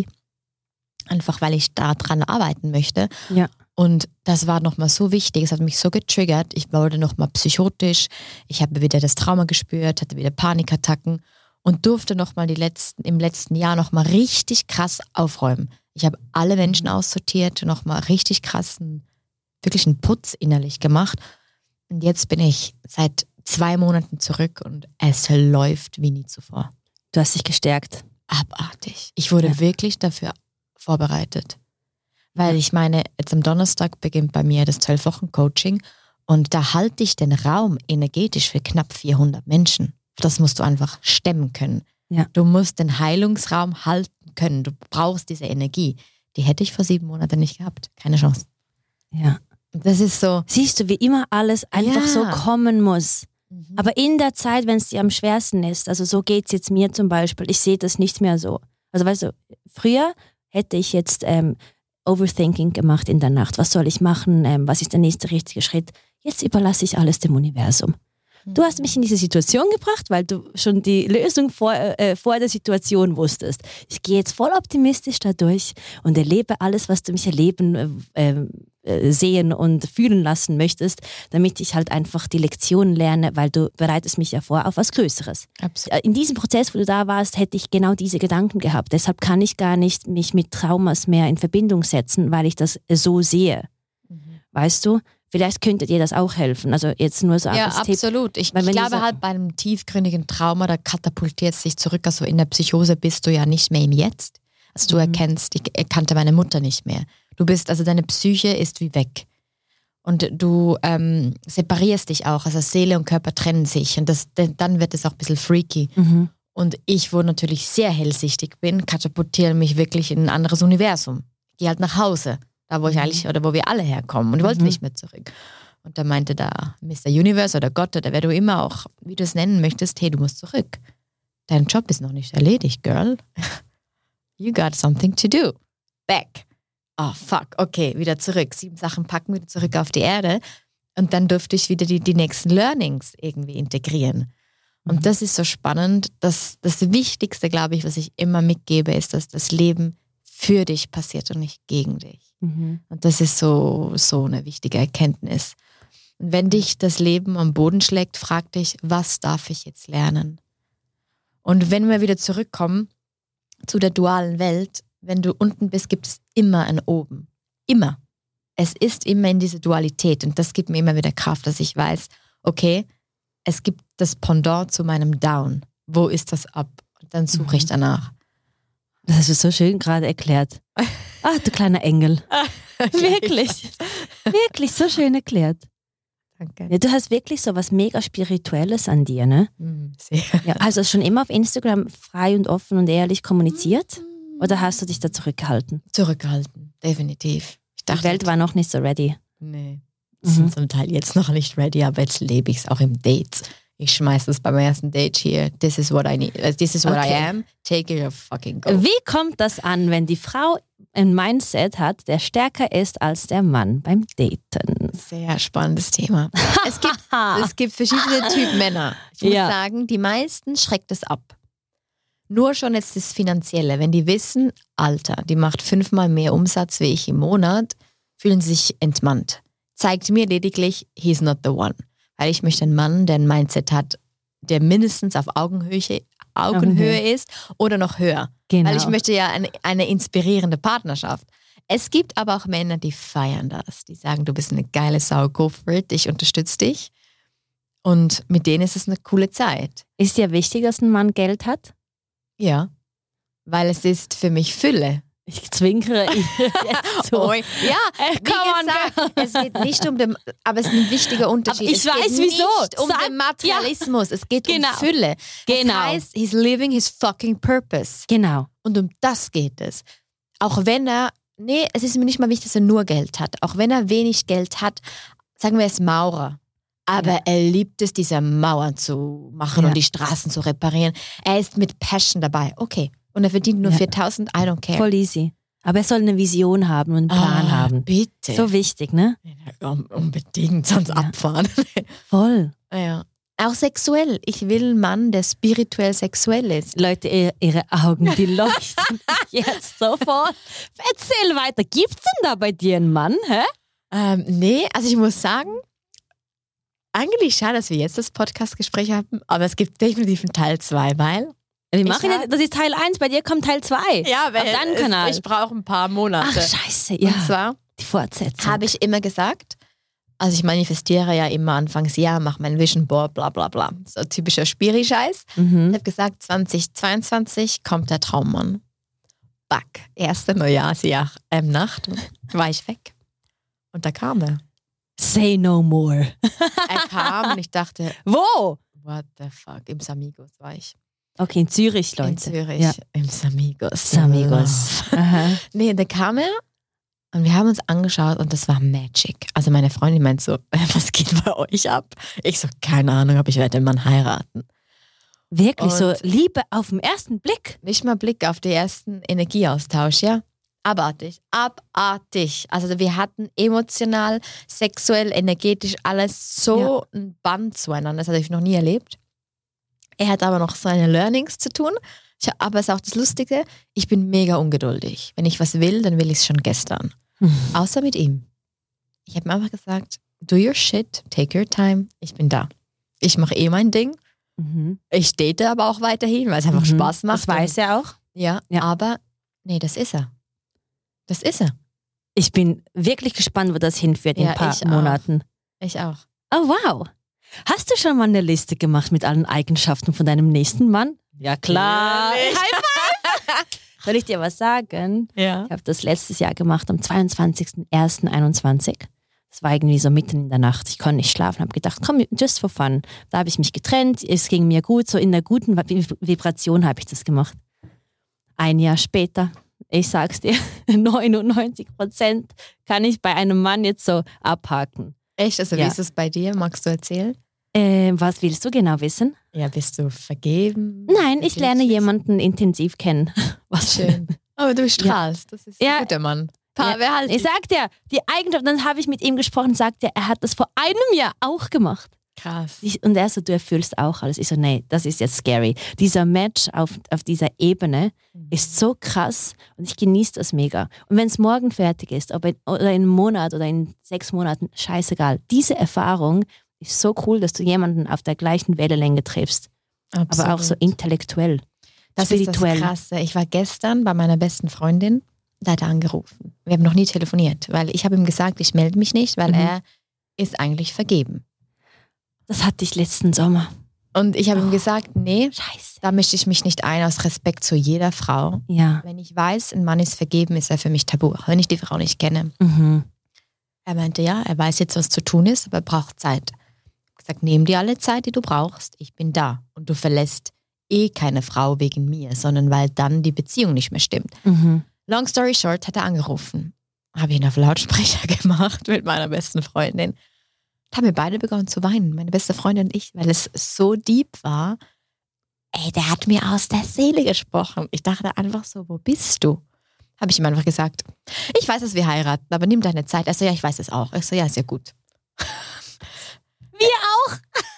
einfach weil ich da dran arbeiten möchte. Ja. Und das war nochmal so wichtig, es hat mich so getriggert, ich wurde nochmal psychotisch, ich habe wieder das Trauma gespürt, hatte wieder Panikattacken und durfte nochmal im letzten Jahr nochmal richtig krass aufräumen. Ich habe alle Menschen aussortiert, nochmal richtig krassen, wirklich einen Putz innerlich gemacht. Und jetzt bin ich seit 2 Monaten zurück und es läuft wie nie zuvor. Du hast dich gestärkt. Abartig. Ich wurde wirklich dafür vorbereitet. Weil ich meine, jetzt am Donnerstag beginnt bei mir das 12-Wochen-Coaching und da halte ich den Raum energetisch für knapp 400 Menschen. Das musst du einfach stemmen können. Ja. Du musst den Heilungsraum halten können. Du brauchst diese Energie. Die hätte ich vor 7 Monaten nicht gehabt. Keine Chance. Ja. Das ist so. Siehst du, wie immer alles einfach so kommen muss. Aber in der Zeit, wenn es dir am schwersten ist, also so geht es jetzt mir zum Beispiel, ich sehe das nicht mehr so. Also weißt du, früher hätte ich jetzt Overthinking gemacht in der Nacht. Was soll ich machen? Was ist der nächste richtige Schritt? Jetzt überlasse ich alles dem Universum. Du hast mich in diese Situation gebracht, weil du schon die Lösung vor der Situation wusstest. Ich gehe jetzt voll optimistisch da durch und erlebe alles, was du mich erleben, sehen und fühlen lassen möchtest, damit ich halt einfach die Lektionen lerne, weil du bereitest mich ja vor auf was Größeres. Absolut. In diesem Prozess, wo du da warst, hätte ich genau diese Gedanken gehabt. Deshalb kann ich gar nicht mich mit Traumas mehr in Verbindung setzen, weil ich das so sehe. Weißt du? Vielleicht könnte dir das auch helfen. Also jetzt nur so Ja, als Tipp. absolut. Ich Weil wenn glaube du so- halt bei einem tiefgründigen Trauma, da katapultiert es sich zurück. Also in der Psychose bist du ja nicht mehr im Jetzt. Also du erkennst, ich erkannte meine Mutter nicht mehr. Du bist, also deine Psyche ist wie weg. Und du separierst dich auch. Also Seele und Körper trennen sich. Und dann wird es auch ein bisschen freaky. Mhm. Und ich, wo natürlich sehr hellsichtig bin, katapultiere mich wirklich in ein anderes Universum. Gehe halt nach Hause, da wo ich eigentlich, oder wo wir alle herkommen. Und ich wollte nicht mehr zurück. Und da meinte da Mr. Universe oder Gott oder wer du immer auch, wie du es nennen möchtest, hey, du musst zurück. Dein Job ist noch nicht erledigt, girl. You got something to do. Back. Oh, fuck. Okay, wieder zurück. 7 Sachen packen, wieder zurück auf die Erde. Und dann durfte ich wieder die nächsten Learnings irgendwie integrieren. Und das ist so spannend. Das Wichtigste, glaube ich, was ich immer mitgebe, ist, dass das Leben für dich passiert und nicht gegen dich. Mhm. Und das ist so eine wichtige Erkenntnis. Und wenn dich das Leben am Boden schlägt, frag dich, was darf ich jetzt lernen? Und wenn wir wieder zurückkommen zu der dualen Welt, wenn du unten bist, gibt es immer ein Oben. Immer. Es ist immer in dieser Dualität. Und das gibt mir immer wieder Kraft, dass ich weiß, okay, es gibt das Pendant zu meinem Down. Wo ist das Up? Und dann suche ich danach. Das hast du so schön gerade erklärt. Ach, du kleiner Engel. Wirklich. Wirklich so schön erklärt. Danke. Ja, du hast wirklich so was mega Spirituelles an dir, ne? Sehr. Ja, hast du schon immer auf Instagram frei und offen und ehrlich kommuniziert? Oder hast du dich da zurückgehalten? Zurückgehalten, definitiv. Ich Die dachte, Welt war noch nicht so ready. nee, sind zum Teil jetzt noch nicht ready, aber jetzt lebe ich es auch im Date. Ich schmeiße es beim ersten Date hier. This is what I need. This is what I am. Take it or fucking go. Wie kommt das an, wenn die Frau ein Mindset hat, der stärker ist als der Mann beim Daten? Sehr spannendes Thema. Es gibt verschiedene Typen Männer. Ich muss Ja. sagen, die meisten schreckt es ab. Nur schon jetzt das Finanzielle. Wenn die wissen, Alter, die macht 5-mal mehr Umsatz wie ich im Monat, fühlen sie sich entmannt. Zeigt mir lediglich, he's not the one. Weil ich möchte einen Mann, der ein Mindset hat, der mindestens auf Augenhöhe ist oder noch höher. Genau. Weil ich möchte ja eine inspirierende Partnerschaft. Es gibt aber auch Männer, die feiern das. Die sagen, du bist eine geile Sau, go for it, ich unterstütze dich. Und mit denen ist es eine coole Zeit. Ist dir wichtig, dass ein Mann Geld hat? Ja, weil es ist für mich Fülle. Ich zwinkere jetzt so. Ja, wie come on, gesagt, es geht nicht um den, aber es ist ein wichtiger Unterschied. Aber ich es weiß, geht wieso. nicht um Sag- den Materialismus, es geht Genau. um Fülle. Genau. Das heißt, he's living his fucking purpose. Genau. Und um das geht es. Auch wenn es ist mir nicht mal wichtig, dass er nur Geld hat. Auch wenn er wenig Geld hat, sagen wir, er ist Maurer. Aber Ja. er liebt es, diese Mauern zu machen Ja. und die Straßen zu reparieren. Er ist mit Passion dabei. Okay. Und er verdient nur Ja. 4.000, I don't care. Voll easy. Aber er soll eine Vision haben und einen Plan haben. Bitte. So wichtig, ne? Ja, unbedingt, sonst Ja. abfahren. Voll. Ja. Auch sexuell. Ich will einen Mann, der spirituell sexuell ist. Leute, ihre Augen, die leuchten jetzt sofort. Erzähl weiter. Gibt's denn da bei dir einen Mann? Hä? Nee, also ich muss sagen, eigentlich schade, dass wir jetzt das Podcast-Gespräch haben, aber es gibt definitiv einen Teil 2, weil... Wir machen hab- jetzt, das ist Teil 1, bei dir kommt Teil 2. Auf deinem Kanal. ich brauche ein paar Monate. Ach, scheiße, ja. Und zwar Die Fortsetzung. habe ich immer gesagt, also ich manifestiere ja immer anfangs, ja, mach mein Vision Board, bla bla bla. So typischer Spiri-Scheiß. Ich habe gesagt, 2022 kommt der Traummann. Back. Erste Neujahrsjahr Nacht war ich weg. Und da kam er. Say no more. Er kam und ich dachte, Wo? what the fuck, im Samigos war ich. Okay, in Zürich, Leute. In Zürich, Ja. im Samigos. Samigos. Aha. Nee, da kam er und wir haben uns angeschaut und das war Magic. Also meine Freundin meint so, was geht bei euch ab? Ich so, keine Ahnung, aber ich werde den Mann heiraten. Wirklich so Und- Liebe auf den ersten Blick. Nicht mal Blick auf den ersten Energieaustausch, ja? Abartig, abartig. Also wir hatten emotional, sexuell, energetisch alles so ein Band zueinander. Das hatte ich noch nie erlebt. Er hat aber noch seine Learnings zu tun. Aber es ist auch das Lustige, ich bin mega ungeduldig. Wenn ich was will, dann will ich es schon gestern. Außer mit ihm. Ich habe mir einfach gesagt, do your shit, take your time, ich bin da. Ich mache mein Ding. Mhm. Ich date aber auch weiterhin, weil es einfach Spaß macht. Das weiß er auch. Ja, Ja. aber nee, das ist er. Das ist er. Ich bin wirklich gespannt, wo das hinführt in ein paar Monaten. Ich auch. Oh, wow. Hast du schon mal eine Liste gemacht mit allen Eigenschaften von deinem nächsten Mann? Ja, klar. High five! Soll ich dir was sagen? Ja. Ich habe das letztes Jahr gemacht, am 22.01.21. Das war irgendwie so mitten in der Nacht. Ich konnte nicht schlafen, habe gedacht, komm, just for fun. Da habe ich mich getrennt, es ging mir gut, so in der guten Vibration habe ich das gemacht. Ein Jahr später, ich sag's dir, 99% kann ich bei einem Mann jetzt so abhaken. Echt? Also wie ist es bei dir? Magst du erzählen? Was willst du genau wissen? Ja, bist du vergeben? Nein, ich lerne jemanden intensiv kennen. Was schön. Aber du strahlst, das ist ein guter Mann. Ich sag dir, die Eigenschaft, dann habe ich mit ihm gesprochen, sagt er hat das vor einem Jahr auch gemacht. Krass. Und er so, du erfüllst auch alles. Ich so, nee, das ist jetzt scary. Dieser Match auf dieser Ebene ist so krass und ich genieße das mega. Und wenn es morgen fertig ist, oder in einem Monat oder in 6 Monaten, scheißegal. Diese Erfahrung ist so cool, dass du jemanden auf der gleichen Wellenlänge triffst. Absolut. Aber auch so intellektuell, spirituell. Ist das Krasse. Ich war gestern bei meiner besten Freundin, da hat er angerufen. Wir haben noch nie telefoniert, weil ich habe ihm gesagt, ich melde mich nicht, weil er ist eigentlich vergeben. Das hatte ich letzten Sommer. Und ich habe ihm gesagt, nee, Scheiße. Da mische ich mich nicht ein aus Respekt zu jeder Frau. Ja. Wenn ich weiß, ein Mann ist vergeben, ist er für mich tabu, auch wenn ich die Frau nicht kenne. Er meinte, ja, er weiß jetzt, was zu tun ist, aber er braucht Zeit. Ich habe gesagt, nimm dir alle Zeit, die du brauchst. Ich bin da. Und du verlässt keine Frau wegen mir, sondern weil dann die Beziehung nicht mehr stimmt. Long story short, hat er angerufen. Habe ihn auf Lautsprecher gemacht mit meiner besten Freundin. Da haben wir beide begonnen zu weinen, meine beste Freundin und ich, weil es so deep war. Ey, der hat mir aus der Seele gesprochen. Ich dachte einfach so, wo bist du? Habe ich ihm einfach gesagt, ich weiß, dass wir heiraten, aber nimm deine Zeit. Er so, ja, ich weiß es auch. Ich so, ja, ist ja gut. Wir auch.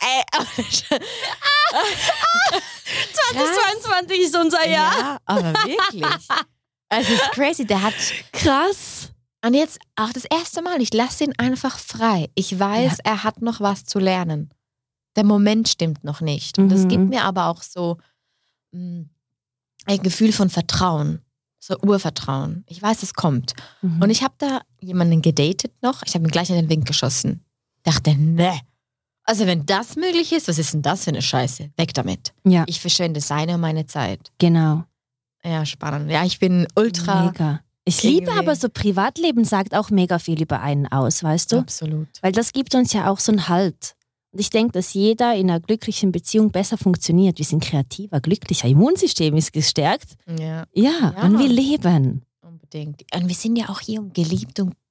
2022 ist unser Jahr. Ja, aber wirklich. Es ist crazy, der hat... Krass. Und jetzt auch das erste Mal, ich lasse ihn einfach frei. Ich weiß, er hat noch was zu lernen. Der Moment stimmt noch nicht. Und das gibt mir aber auch so ein Gefühl von Vertrauen. So Urvertrauen. Ich weiß, es kommt. Und ich habe da jemanden gedatet noch. Ich habe ihn gleich in den Wind geschossen. Dachte, ne. Also wenn das möglich ist, was ist denn das für eine Scheiße? Weg damit. Ja. Ich verschwende seine und meine Zeit. Genau. Ja, spannend. Ja, ich bin ultra... Mega. Ich liebe aber so Privatleben sagt auch mega viel über einen aus, weißt du? Absolut. Weil das gibt uns ja auch so einen Halt. Und ich denke, dass jeder in einer glücklichen Beziehung besser funktioniert. Wir sind kreativer, glücklicher, Immunsystem ist gestärkt. Ja, und wir leben. Unbedingt. Und wir sind ja auch hier, um geliebt und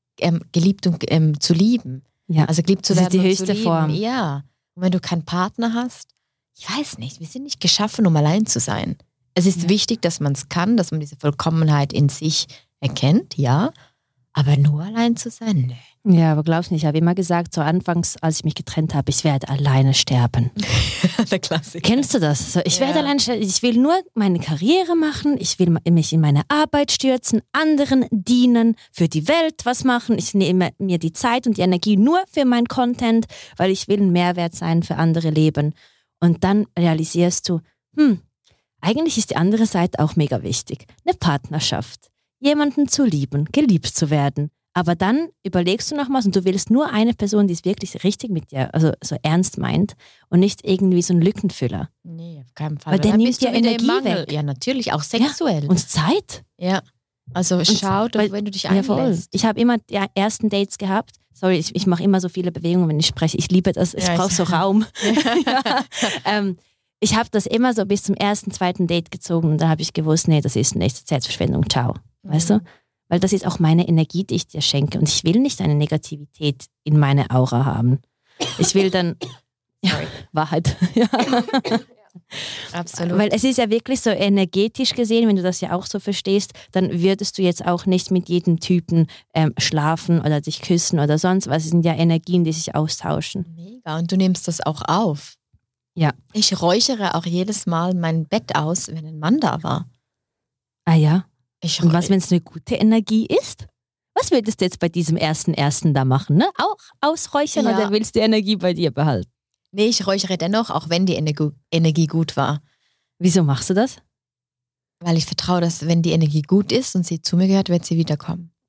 zu lieben. Ja. Also geliebt zu werden. Das ist die höchste Form. Ja. Und wenn du keinen Partner hast, ich weiß nicht, wir sind nicht geschaffen, um allein zu sein. Es ist wichtig, dass man es kann, dass man diese Vollkommenheit in sich erkennt, ja. Aber nur allein zu sein, ne. Ja, aber glaubst nicht, ich habe immer gesagt, so anfangs, als ich mich getrennt habe, ich werde alleine sterben. Der Klassiker. Kennst du das? So, ich werde alleine sterben, ich will nur meine Karriere machen, ich will mich in meine Arbeit stürzen, anderen dienen, für die Welt was machen. Ich nehme mir die Zeit und die Energie nur für meinen Content, weil ich will ein Mehrwert sein für andere Leben. Und dann realisierst du, eigentlich ist die andere Seite auch mega wichtig. Eine Partnerschaft. Jemanden zu lieben, geliebt zu werden. Aber dann überlegst du nochmals und du willst nur eine Person, die es wirklich richtig mit dir, also so ernst meint und nicht irgendwie so ein Lückenfüller. Nee, auf keinen Fall. Weil der nimmt dir Energie weg. Ja, natürlich, auch sexuell. Ja, und Zeit. Ja, also schau, wenn du dich einlässt. Ich habe immer die ersten Dates gehabt. Sorry, ich mache immer so viele Bewegungen, wenn ich spreche. Ich liebe das, ich brauche so Raum. Ich habe das immer so bis zum ersten, zweiten Date gezogen und dann habe ich gewusst, nee, das ist nicht Zeitverschwendung, ciao. Weißt du? Weil das ist auch meine Energie, die ich dir schenke. Und ich will nicht eine Negativität in meine Aura haben. Ich will dann... Wahrheit. Absolut. Weil es ist ja wirklich so energetisch gesehen, wenn du das ja auch so verstehst, dann würdest du jetzt auch nicht mit jedem Typen schlafen oder dich küssen oder sonst was. Es sind ja Energien, die sich austauschen. Mega. Und du nimmst das auch auf. Ja. Ich räuchere auch jedes Mal mein Bett aus, wenn ein Mann da war. Ah ja? Und was, wenn es eine gute Energie ist? Was würdest du jetzt bei diesem ersten da machen? Ne? Auch ausräuchern oder willst du die Energie bei dir behalten? Nee, ich räuchere dennoch, auch wenn die Energie gut war. Wieso machst du das? Weil ich vertraue, dass wenn die Energie gut ist und sie zu mir gehört, wird sie wiederkommen.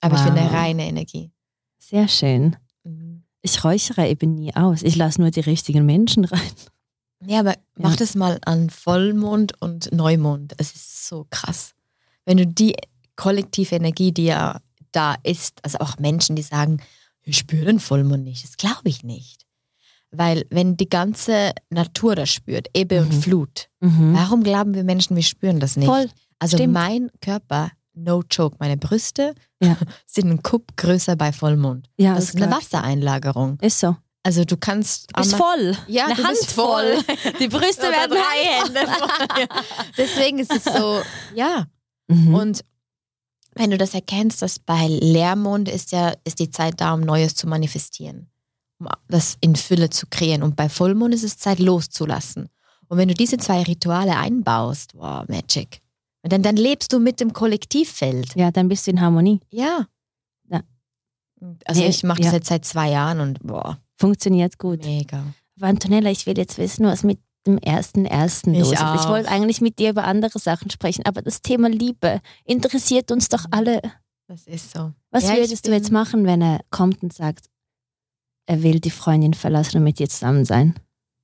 Aber ich finde eine reine Energie. Sehr schön. Ich räuchere eben nie aus. Ich lasse nur die richtigen Menschen rein. Ja, aber mach das mal an Vollmond und Neumond. Es ist so krass. Wenn du die kollektive Energie, die ja da ist, also auch Menschen, die sagen, ich spüre den Vollmond nicht. Das glaube ich nicht. Weil wenn die ganze Natur das spürt, Ebbe und Flut, warum glauben wir Menschen, wir spüren das nicht? Voll. Also Stimmt. mein Körper, no joke, meine Brüste sind ein Kupp größer bei Vollmond. Ja, das ist eine Wassereinlagerung. Ist so. Also du kannst... Du bist voll. Ja, eine du Hand bist voll. Die Brüste werden 3 Hände. Hände voll. Ja. Deswegen ist es so, ja. Mhm. Und wenn du das erkennst, dass bei Leermond ist die Zeit da, um Neues zu manifestieren, um das in Fülle zu kreieren. Und bei Vollmond ist es Zeit, loszulassen. Und wenn du diese 2 Rituale einbaust, wow, Magic. Und dann lebst du mit dem Kollektivfeld. Ja, dann bist du in Harmonie. Ja. Ja. Also Nee, ich mache das ja. jetzt seit 2 Jahren und boah, Funktioniert gut. mega. Aber Antonella, ich will jetzt wissen, was mit dem 1.1. los ist. Ich auch. wollte eigentlich mit dir über andere Sachen sprechen, aber das Thema Liebe interessiert uns doch alle. Das ist so. Was Ja, würdest du jetzt machen, wenn er kommt und sagt, er will die Freundin verlassen und mit dir zusammen sein?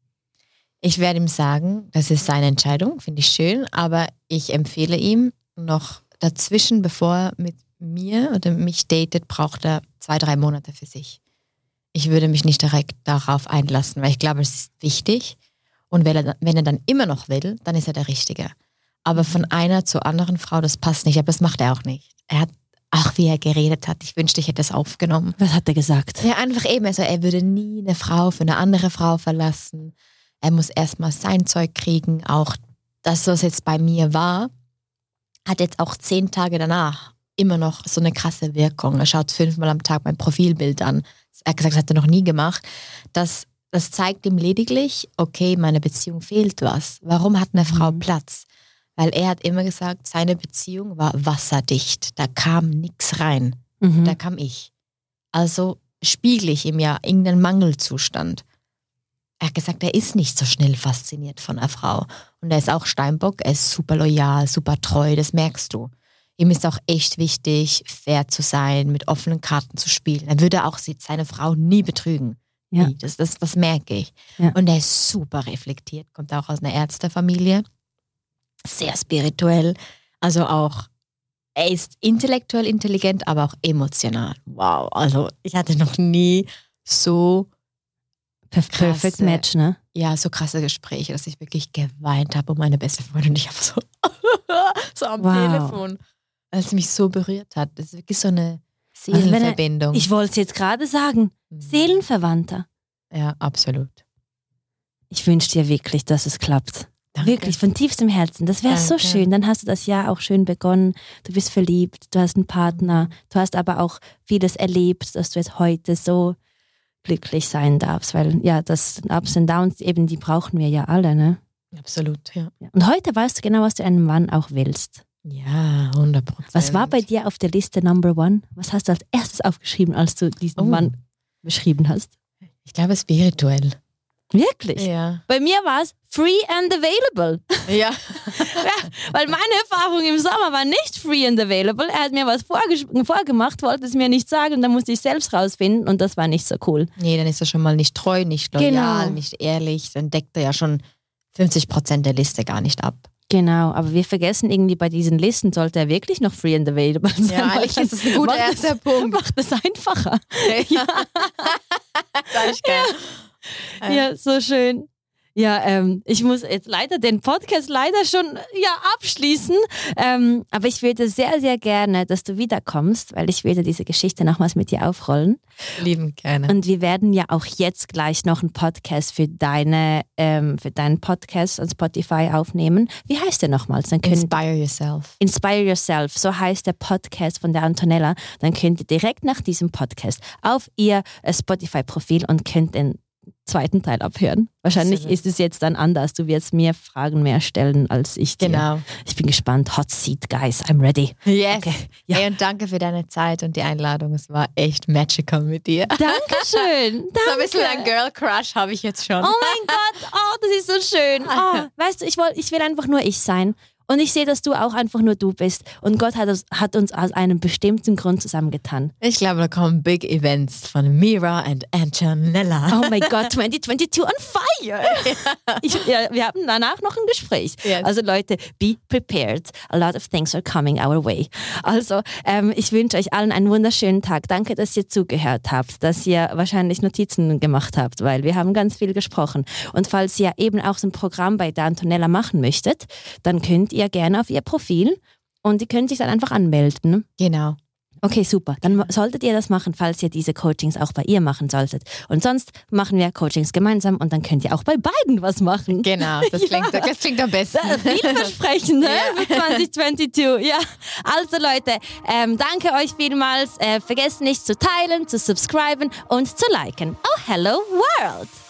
Ich werde ihm sagen, das ist seine Entscheidung, finde ich schön, aber ich empfehle ihm noch dazwischen, bevor er mit mir oder mich datet, braucht er 2-3 Monate für sich. Ich würde mich nicht direkt darauf einlassen, weil ich glaube, es ist wichtig. Und wenn er dann immer noch will, dann ist er der Richtige. Aber von einer zur anderen Frau, das passt nicht, aber das macht er auch nicht. Er hat, ach, wie er geredet hat, ich wünschte, ich hätte es aufgenommen. Was hat er gesagt? Ja, einfach eben, also er würde nie eine Frau für eine andere Frau verlassen. Er muss erstmal sein Zeug kriegen. Auch das, was jetzt bei mir war, hat jetzt auch 10 Tage danach immer noch so eine krasse Wirkung. Er schaut 5-mal am Tag mein Profilbild an. Er hat gesagt, das hat er noch nie gemacht. Das zeigt ihm lediglich, okay, meine Beziehung fehlt was. Warum hat eine Frau Platz? Weil er hat immer gesagt, seine Beziehung war wasserdicht. Da kam nichts rein. Da kam ich. Also spiegle ich ihm ja irgendeinen Mangelzustand. Er hat gesagt, er ist nicht so schnell fasziniert von einer Frau. Und er ist auch Steinbock, er ist super loyal, super treu, das merkst du. Ihm ist auch echt wichtig, fair zu sein, mit offenen Karten zu spielen. Er würde auch seine Frau nie betrügen. Ja. Nie. Das merke ich. Ja. Und er ist super reflektiert, kommt auch aus einer Ärztefamilie. Sehr spirituell. Also auch, er ist intellektuell intelligent, aber auch emotional. Wow, also ich hatte noch nie so Perfect krasse, Match, ne? ja, so krasse Gespräche, dass ich wirklich geweint habe um meine beste Freundin. Und ich habe so am Telefon, weil es mich so berührt hat. Das ist wirklich so eine Seelenverbindung. Ich wollte es jetzt gerade sagen. Seelenverwandter. Ja, absolut. Ich wünsche dir wirklich, dass es klappt. Danke. Wirklich, von tiefstem Herzen. Das wäre so Danke. schön. Dann hast du das Jahr auch schön begonnen. Du bist verliebt, du hast einen Partner. Du hast aber auch vieles erlebt, dass du jetzt heute so glücklich sein darfst. Weil ja, das Ups und Downs, eben die brauchen wir ja alle. Ne? Absolut, ja. Und heute weißt du genau, was du einem Mann auch willst. Ja, 100%. Was war bei dir auf der Liste Number 1? Was hast du als erstes aufgeschrieben, als du diesen Mann beschrieben hast? Ich glaube, spirituell. Wirklich? Ja. Bei mir war es free and available. Ja. Ja, weil meine Erfahrung im Sommer war nicht free and available. Er hat mir was vorgemacht, wollte es mir nicht sagen und dann musste ich selbst rausfinden und das war nicht so cool. Nee, dann ist er schon mal nicht treu, nicht loyal, Genau. nicht ehrlich. Dann deckt er ja schon 50% der Liste gar nicht ab. Genau, aber wir vergessen irgendwie bei diesen Listen, sollte er wirklich noch free and available sein. Ja, weil eigentlich ist das ein guter erster Punkt. Macht es einfacher. Ja. Das ist geil. Ja, so schön. Ja, ich muss jetzt leider den Podcast schon abschließen. Aber ich würde sehr, sehr gerne, dass du wiederkommst, weil ich würde diese Geschichte nochmals mit dir aufrollen. Lieben gerne. Und wir werden ja auch jetzt gleich noch einen Podcast für deinen Podcast an Spotify aufnehmen. Wie heißt der nochmals? Dann Inspire Yourself. Inspire Yourself, so heißt der Podcast von der Antonella. Dann könnt ihr direkt nach diesem Podcast auf ihr Spotify-Profil und könnt den zweiten Teil abhören. Wahrscheinlich ist es jetzt dann anders. Du wirst mir Fragen mehr stellen als ich dir. Genau. Ich bin gespannt. Hot Seat, guys. I'm ready. Yes. Okay. Ja. Hey, und danke für deine Zeit und die Einladung. Es war echt magical mit dir. Dankeschön. Danke. So ein bisschen ein Girl Crush habe ich jetzt schon. Oh mein Gott. Oh, das ist so schön. Oh, weißt du, ich will einfach nur ich sein. Und ich sehe, dass du auch einfach nur du bist. Und Gott hat uns aus einem bestimmten Grund zusammengetan. Ich glaube, da kommen Big Events von Mira und Antonella. Oh mein Gott, 2022 on fire! Wir haben danach noch ein Gespräch. Yes. Also Leute, be prepared. A lot of things are coming our way. Also ich wünsche euch allen einen wunderschönen Tag. Danke, dass ihr zugehört habt, dass ihr wahrscheinlich Notizen gemacht habt, weil wir haben ganz viel gesprochen. Und falls ihr eben auch so ein Programm bei der Antonella machen möchtet, dann könnt ihr gerne auf ihr Profil und die können sich dann einfach anmelden. Genau. Okay, super. Dann solltet ihr das machen, falls ihr diese Coachings auch bei ihr machen solltet. Und sonst machen wir Coachings gemeinsam und dann könnt ihr auch bei beiden was machen. Genau, das klingt am besten. Vielversprechend, ne? Für 2022. Ja. Also Leute, danke euch vielmals. Vergesst nicht zu teilen, zu subscriben und zu liken. Oh, hello world!